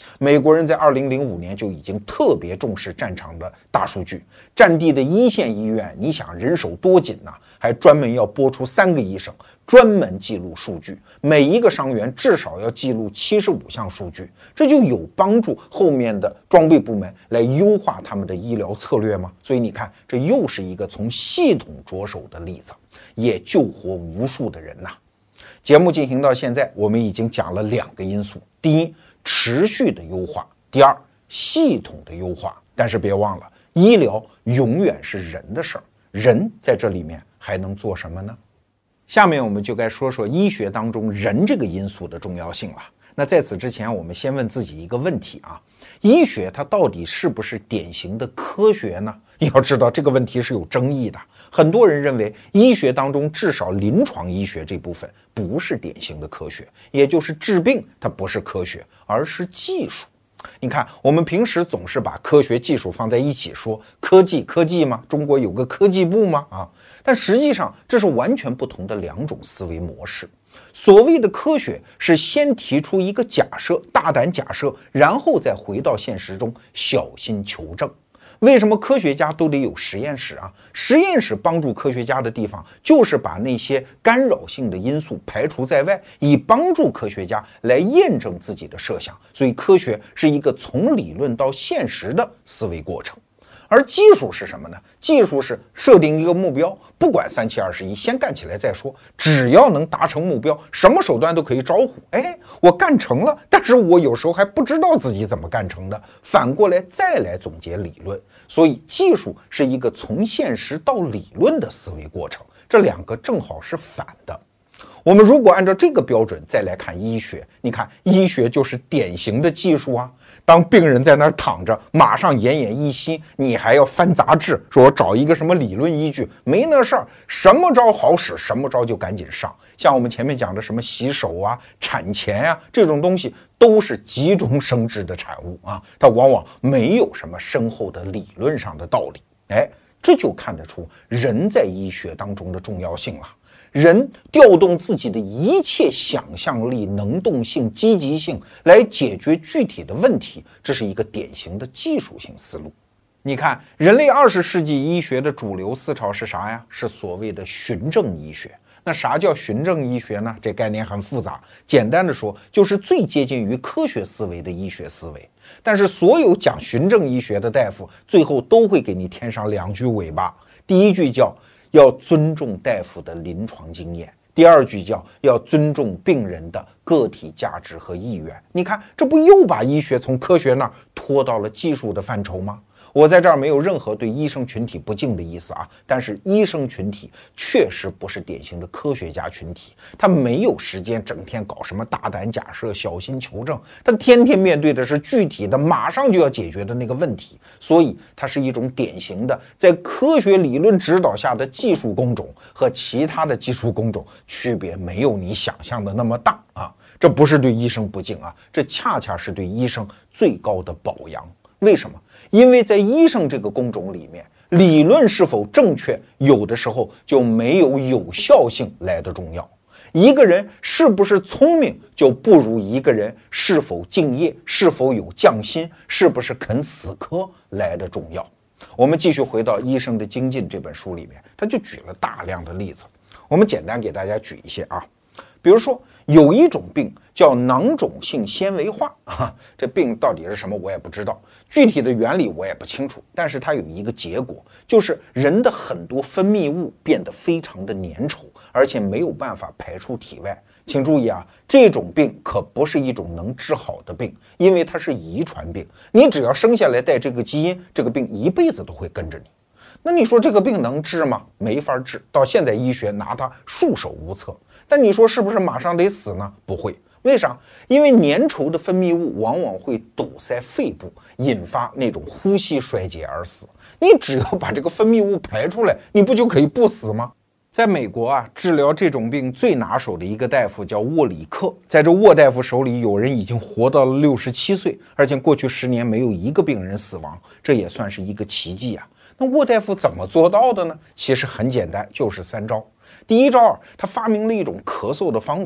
美国人在二零零五年就已经特别重视战场的大数据，战地的一线医院，你想人手多紧呐、啊，还专门要拨出三个医生专门记录数据，每一个伤员至少要记录七十五项数据，这就有帮助后面的装备部门来优化他们的医疗策略吗？所以你看，这又是一个从系统着手的例子，也救活无数的人呐、啊。节目进行到现在，我们已经讲了两个因素：第一，持续的优化；第二，系统的优化。但是别忘了，医疗永远是人的事儿，人在这里面还能做什么呢？下面我们就该说说医学当中人这个因素的重要性了。那在此之前，我们先问自己一个问题啊：医学它到底是不是典型的科学呢？要知道这个问题是有争议的。很多人认为医学当中至少临床医学这部分不是典型的科学，也就是治病它不是科学，而是技术。你看，我们平时总是把科学技术放在一起说，科技科技吗？中国有个科技部吗？啊，但实际上这是完全不同的两种思维模式。所谓的科学是先提出一个假设，大胆假设，然后再回到现实中小心求证。为什么科学家都得有实验室啊？实验室帮助科学家的地方，就是把那些干扰性的因素排除在外，以帮助科学家来验证自己的设想。所以科学是一个从理论到现实的思维过程。而技术是什么呢？技术是设定一个目标，不管三七二十一，先干起来再说。只要能达成目标，什么手段都可以招呼。哎，我干成了，但是我有时候还不知道自己怎么干成的，反过来再来总结理论。所以技术是一个从现实到理论的思维过程，这两个正好是反的。我们如果按照这个标准再来看医学，你看医学就是典型的技术啊。当病人在那儿躺着，马上奄奄一息，你还要翻杂志，说我找一个什么理论依据，没那事儿，什么招好使，什么招就赶紧上。像我们前面讲的什么洗手啊、产前啊这种东西，都是急中生智的产物啊，它往往没有什么深厚的理论上的道理。哎，这就看得出人在医学当中的重要性了。人调动自己的一切想象力、能动性、积极性来解决具体的问题，这是一个典型的技术性思路。你看，人类二十世纪医学的主流思潮是啥呀？是所谓的循证医学。那啥叫循证医学呢？这概念很复杂，简单的说，就是最接近于科学思维的医学思维。但是所有讲循证医学的大夫，最后都会给你添上两句尾巴。第一句叫要尊重大夫的临床经验，第二句叫要尊重病人的个体价值和意愿。你看，这不又把医学从科学那儿拖到了技术的范畴吗？我在这儿没有任何对医生群体不敬的意思啊，但是医生群体确实不是典型的科学家群体，他没有时间整天搞什么大胆假设、小心求证，他天天面对的是具体的、马上就要解决的那个问题，所以它是一种典型的在科学理论指导下的技术工种，和其他的技术工种区别没有你想象的那么大啊。这不是对医生不敬啊，这恰恰是对医生最高的表扬。为什么？因为在医生这个工种里面，理论是否正确，有的时候就没有有效性来的重要。一个人是不是聪明，就不如一个人是否敬业、是否有匠心、是不是肯死磕来的重要。我们继续回到《医生的精进》这本书里面，他就举了大量的例子，我们简单给大家举一些啊。比如说有一种病叫囊肿性纤维化啊，这病到底是什么我也不知道，具体的原理我也不清楚，但是它有一个结果，就是人的很多分泌物变得非常的粘稠，而且没有办法排出体外。请注意啊，这种病可不是一种能治好的病，因为它是遗传病，你只要生下来带这个基因，这个病一辈子都会跟着你。那你说这个病能治吗？没法治，到现在医学拿它束手无策。但你说是不是马上得死呢？不会，为啥？因为粘稠的分泌物往往会堵塞肺部，引发那种呼吸衰竭而死。你只要把这个分泌物排出来，你不就可以不死吗？在美国啊，治疗这种病最拿手的一个大夫叫沃里克，在这沃大夫手里，有人已经活到了六十七岁，而且过去十年没有一个病人死亡，这也算是一个奇迹啊。那沃大夫怎么做到的呢？其实很简单，就是三招。第一招啊，他发明了一种咳嗽的方法，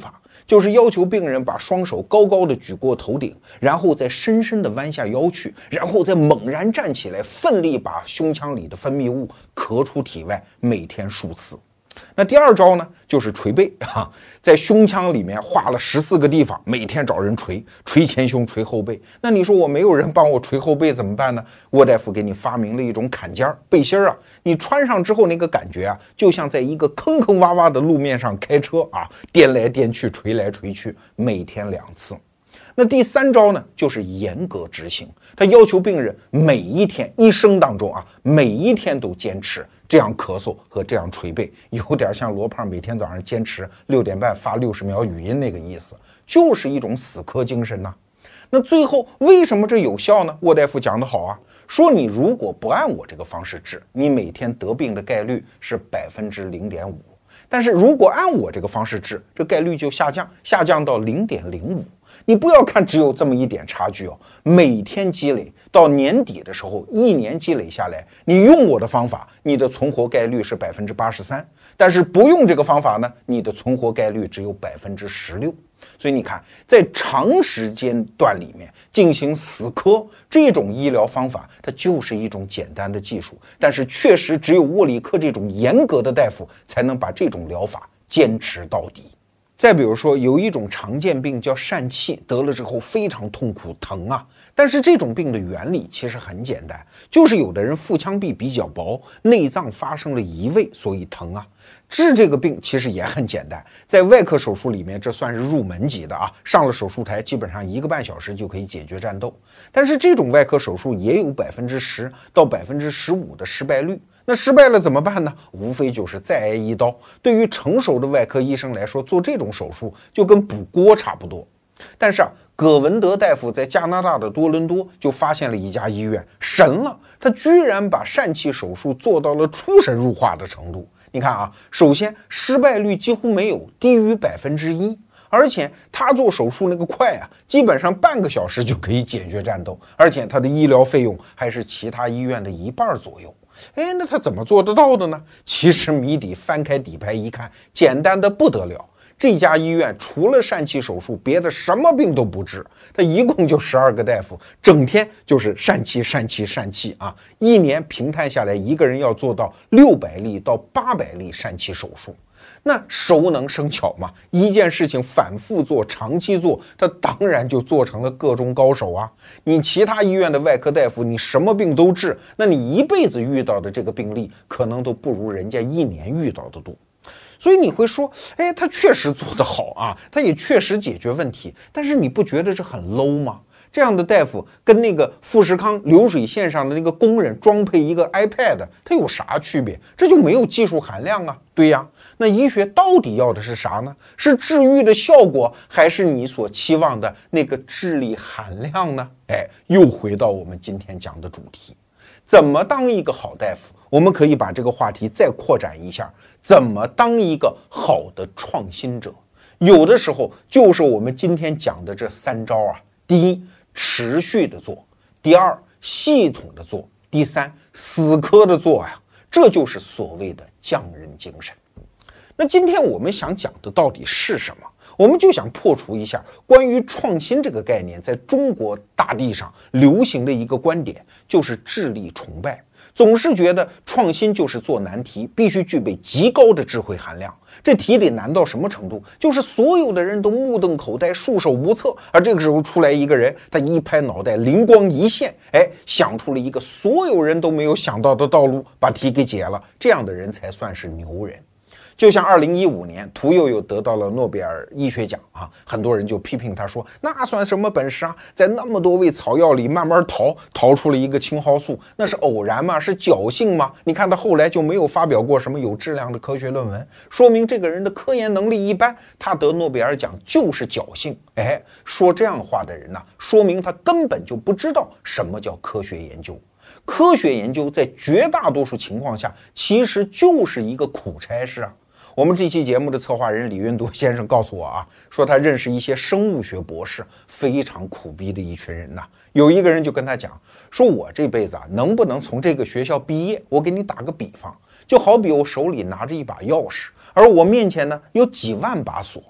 就是要求病人把双手高高的举过头顶，然后再深深的弯下腰去，然后再猛然站起来，奋力把胸腔里的分泌物咳出体外，每天数次。那第二招呢，就是捶背啊，在胸腔里面画了十四个地方，每天找人捶，捶前胸，捶后背。那你说我没有人帮我捶后背怎么办呢？沃大夫给你发明了一种坎肩儿背心儿啊，你穿上之后那个感觉啊，就像在一个坑坑洼洼的路面上开车啊，颠来颠去，捶来捶去，每天两次。那第三招呢，就是严格执行，他要求病人每一天一生当中啊，每一天都坚持这样咳嗽和这样捶背，有点像罗胖每天早上坚持六点半发六十秒语音那个意思，就是一种死磕精神呐、啊。那最后为什么这有效呢？沃大夫讲得好啊，说你如果不按我这个方式治，你每天得病的概率是百分之零点五，但是如果按我这个方式治，这概率就下降，下降到零点零五。你不要看只有这么一点差距哦，每天积累到年底的时候，一年积累下来，你用我的方法，你的存活概率是百分之八十三，但是不用这个方法呢，你的存活概率只有百分之十六。所以你看，在长时间段里面进行死磕这种医疗方法，它就是一种简单的技术，但是确实只有沃里克这种严格的大夫才能把这种疗法坚持到底。再比如说，有一种常见病叫疝气，得了之后非常痛苦疼啊。但是这种病的原理其实很简单，就是有的人腹腔壁比较薄，内脏发生了移位，所以疼啊。治这个病其实也很简单，在外科手术里面这算是入门级的啊，上了手术台基本上一个半小时就可以解决战斗。但是这种外科手术也有百分之十到百分之十五的失败率。那失败了怎么办呢？无非就是再挨一刀。对于成熟的外科医生来说，做这种手术就跟补锅差不多。但是啊，葛文德大夫在加拿大的多伦多就发现了一家医院，神了，他居然把疝气手术做到了出神入化的程度。你看啊，首先失败率几乎没有，低于百分之一。而且他做手术那个快啊，基本上半个小时就可以解决战斗，而且他的医疗费用还是其他医院的一半左右。哎，那他怎么做得到的呢？其实谜底翻开底牌一看，简单的不得了。这家医院除了疝气手术，别的什么病都不治。他一共就十二个大夫，整天就是疝气、疝气、疝气啊！一年平摊下来，一个人要做到六百例到八百例疝气手术。那熟能生巧嘛，一件事情反复做，长期做，他当然就做成了个中高手啊。你其他医院的外科大夫，你什么病都治，那你一辈子遇到的这个病例，可能都不如人家一年遇到的多。所以你会说，哎，他确实做得好啊，他也确实解决问题，但是你不觉得这很 low 吗？这样的大夫跟那个富士康流水线上的那个工人装配一个 iPad， 他有啥区别？这就没有技术含量啊。对呀，那医学到底要的是啥呢？是治愈的效果，还是你所期望的那个智力含量呢？哎，又回到我们今天讲的主题，怎么当一个好大夫？我们可以把这个话题再扩展一下，怎么当一个好的创新者？有的时候就是我们今天讲的这三招啊。第一，持续的做；第二，系统的做；第三，死磕的做呀，这就是所谓的匠人精神。那今天我们想讲的到底是什么？我们就想破除一下关于创新这个概念在中国大地上流行的一个观点，就是智力崇拜。总是觉得创新就是做难题，必须具备极高的智慧含量。这题得难到什么程度？就是所有的人都目瞪口呆，束手无策，而这个时候出来一个人，他一拍脑袋，灵光一现，哎，想出了一个所有人都没有想到的道路，把题给解了。这样的人才算是牛人。就像二零一五年，屠呦呦得到了诺贝尔医学奖啊，很多人就批评他说，那算什么本事啊？在那么多味草药里慢慢淘，淘出了一个青蒿素，那是偶然吗？是侥幸吗？你看他后来就没有发表过什么有质量的科学论文，说明这个人的科研能力一般，他得诺贝尔奖就是侥幸。哎，说这样话的人呢、啊，说明他根本就不知道什么叫科学研究。科学研究在绝大多数情况下，其实就是一个苦差事啊。我们这期节目的策划人李云铎先生告诉我啊，说他认识一些生物学博士，非常苦逼的一群人呐、啊。有一个人就跟他讲，说我这辈子啊，能不能从这个学校毕业？我给你打个比方，就好比我手里拿着一把钥匙，而我面前呢有几万把锁。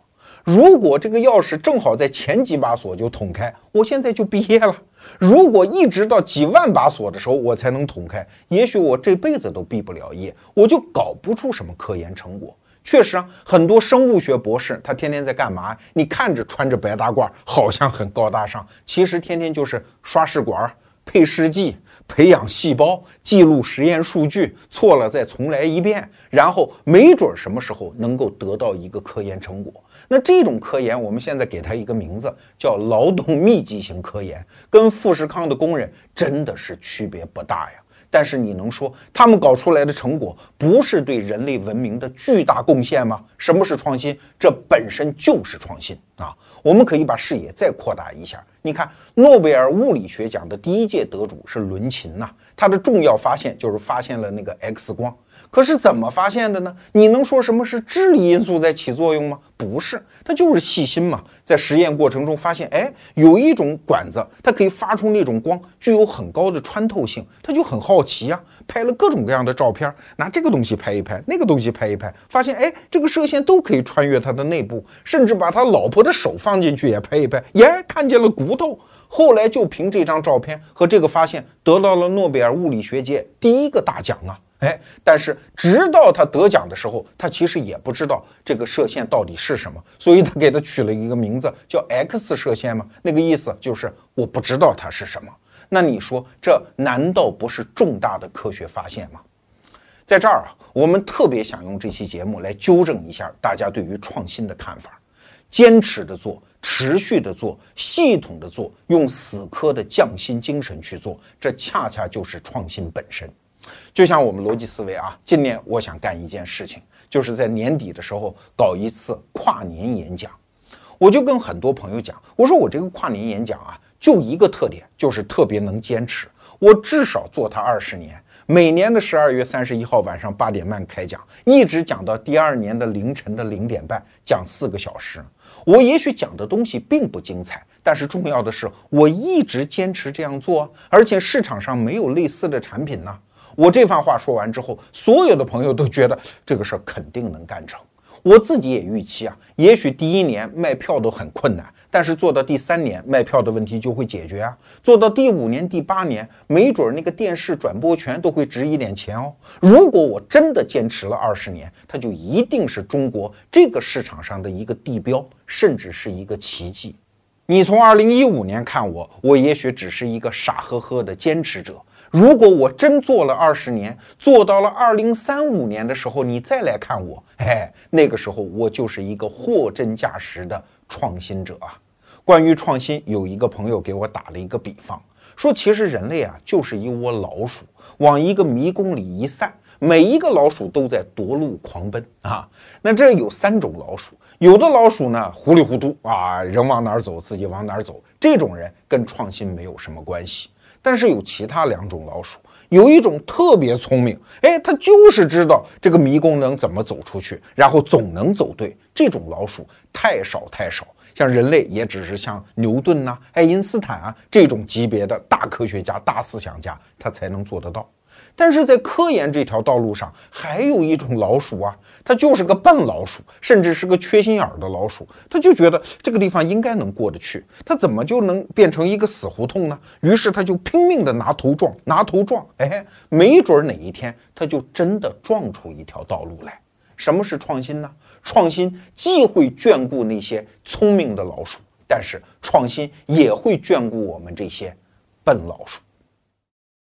如果这个钥匙正好在前几把锁就捅开，我现在就毕业了。如果一直到几万把锁的时候我才能捅开，也许我这辈子都毕不了业，我就搞不出什么科研成果。确实啊，很多生物学博士他天天在干嘛？你看着穿着白大褂，好像很高大上，其实天天就是刷试管、配试剂、培养细胞、记录实验数据，错了再重来一遍，然后没准什么时候能够得到一个科研成果。那这种科研，我们现在给它一个名字，叫劳动密集型科研，跟富士康的工人真的是区别不大呀。但是你能说他们搞出来的成果不是对人类文明的巨大贡献吗？什么是创新？这本身就是创新啊！我们可以把视野再扩大一下，你看诺贝尔物理学奖的第一届得主是伦琴呐、啊，他的重要发现就是发现了那个 X 光。可是怎么发现的呢？你能说什么是智力因素在起作用吗？不是，它就是细心嘛。在实验过程中发现，哎，有一种管子，它可以发出那种光，具有很高的穿透性，他就很好奇啊，拍了各种各样的照片，拿这个东西拍一拍，那个东西拍一拍，发现，哎，这个射线都可以穿越它的内部，甚至把他老婆的手放进去也拍一拍，耶，看见了骨头。后来就凭这张照片和这个发现，得到了诺贝尔物理学界第一个大奖啊！哎，但是直到他得奖的时候，他其实也不知道这个射线到底是什么，所以他给他取了一个名字叫 X 射线嘛，那个意思就是我不知道它是什么。那你说这难道不是重大的科学发现吗？在这儿啊，我们特别想用这期节目来纠正一下大家对于创新的看法，坚持的做，持续的做，系统的做，用死磕的匠心精神去做，这恰恰就是创新本身。就像我们逻辑思维啊，今年我想干一件事情，就是在年底的时候搞一次跨年演讲。我就跟很多朋友讲，我说我这个跨年演讲啊，就一个特点，就是特别能坚持。我至少做它二十年，每年的十二月三十一号晚上八点半开讲，一直讲到第二年的凌晨的零点半，讲四个小时。我也许讲的东西并不精彩，但是重要的是，我一直坚持这样做，而且市场上没有类似的产品呢。我这番话说完之后，所有的朋友都觉得这个事儿肯定能干成。我自己也预期啊，也许第一年卖票都很困难，但是做到第三年卖票的问题就会解决啊，做到第五年、第八年，没准那个电视转播权都会值一点钱哦。如果我真的坚持了二十年，它就一定是中国这个市场上的一个地标，甚至是一个奇迹。你从二零一五年看我，我也许只是一个傻呵呵的坚持者。如果我真做了二十年，做到了二零三五年的时候，你再来看我，哎，那个时候我就是一个货真价实的创新者啊。关于创新，有一个朋友给我打了一个比方，说其实人类啊就是一窝老鼠，往一个迷宫里一散，每一个老鼠都在夺路狂奔啊。那这有三种老鼠，有的老鼠呢糊里糊涂啊，人往哪儿走自己往哪儿走，这种人跟创新没有什么关系。但是有其他两种老鼠，有一种特别聪明，哎，他就是知道这个迷宫能怎么走出去，然后总能走对。这种老鼠太少太少，像人类也只是像牛顿呐、啊、爱因斯坦啊这种级别的大科学家、大思想家，他才能做得到。但是在科研这条道路上，还有一种老鼠啊，它就是个笨老鼠，甚至是个缺心眼的老鼠。他就觉得这个地方应该能过得去，他怎么就能变成一个死胡同呢？于是他就拼命的拿头撞，拿头撞，哎，没准哪一天他就真的撞出一条道路来。什么是创新呢？创新既会眷顾那些聪明的老鼠，但是创新也会眷顾我们这些笨老鼠。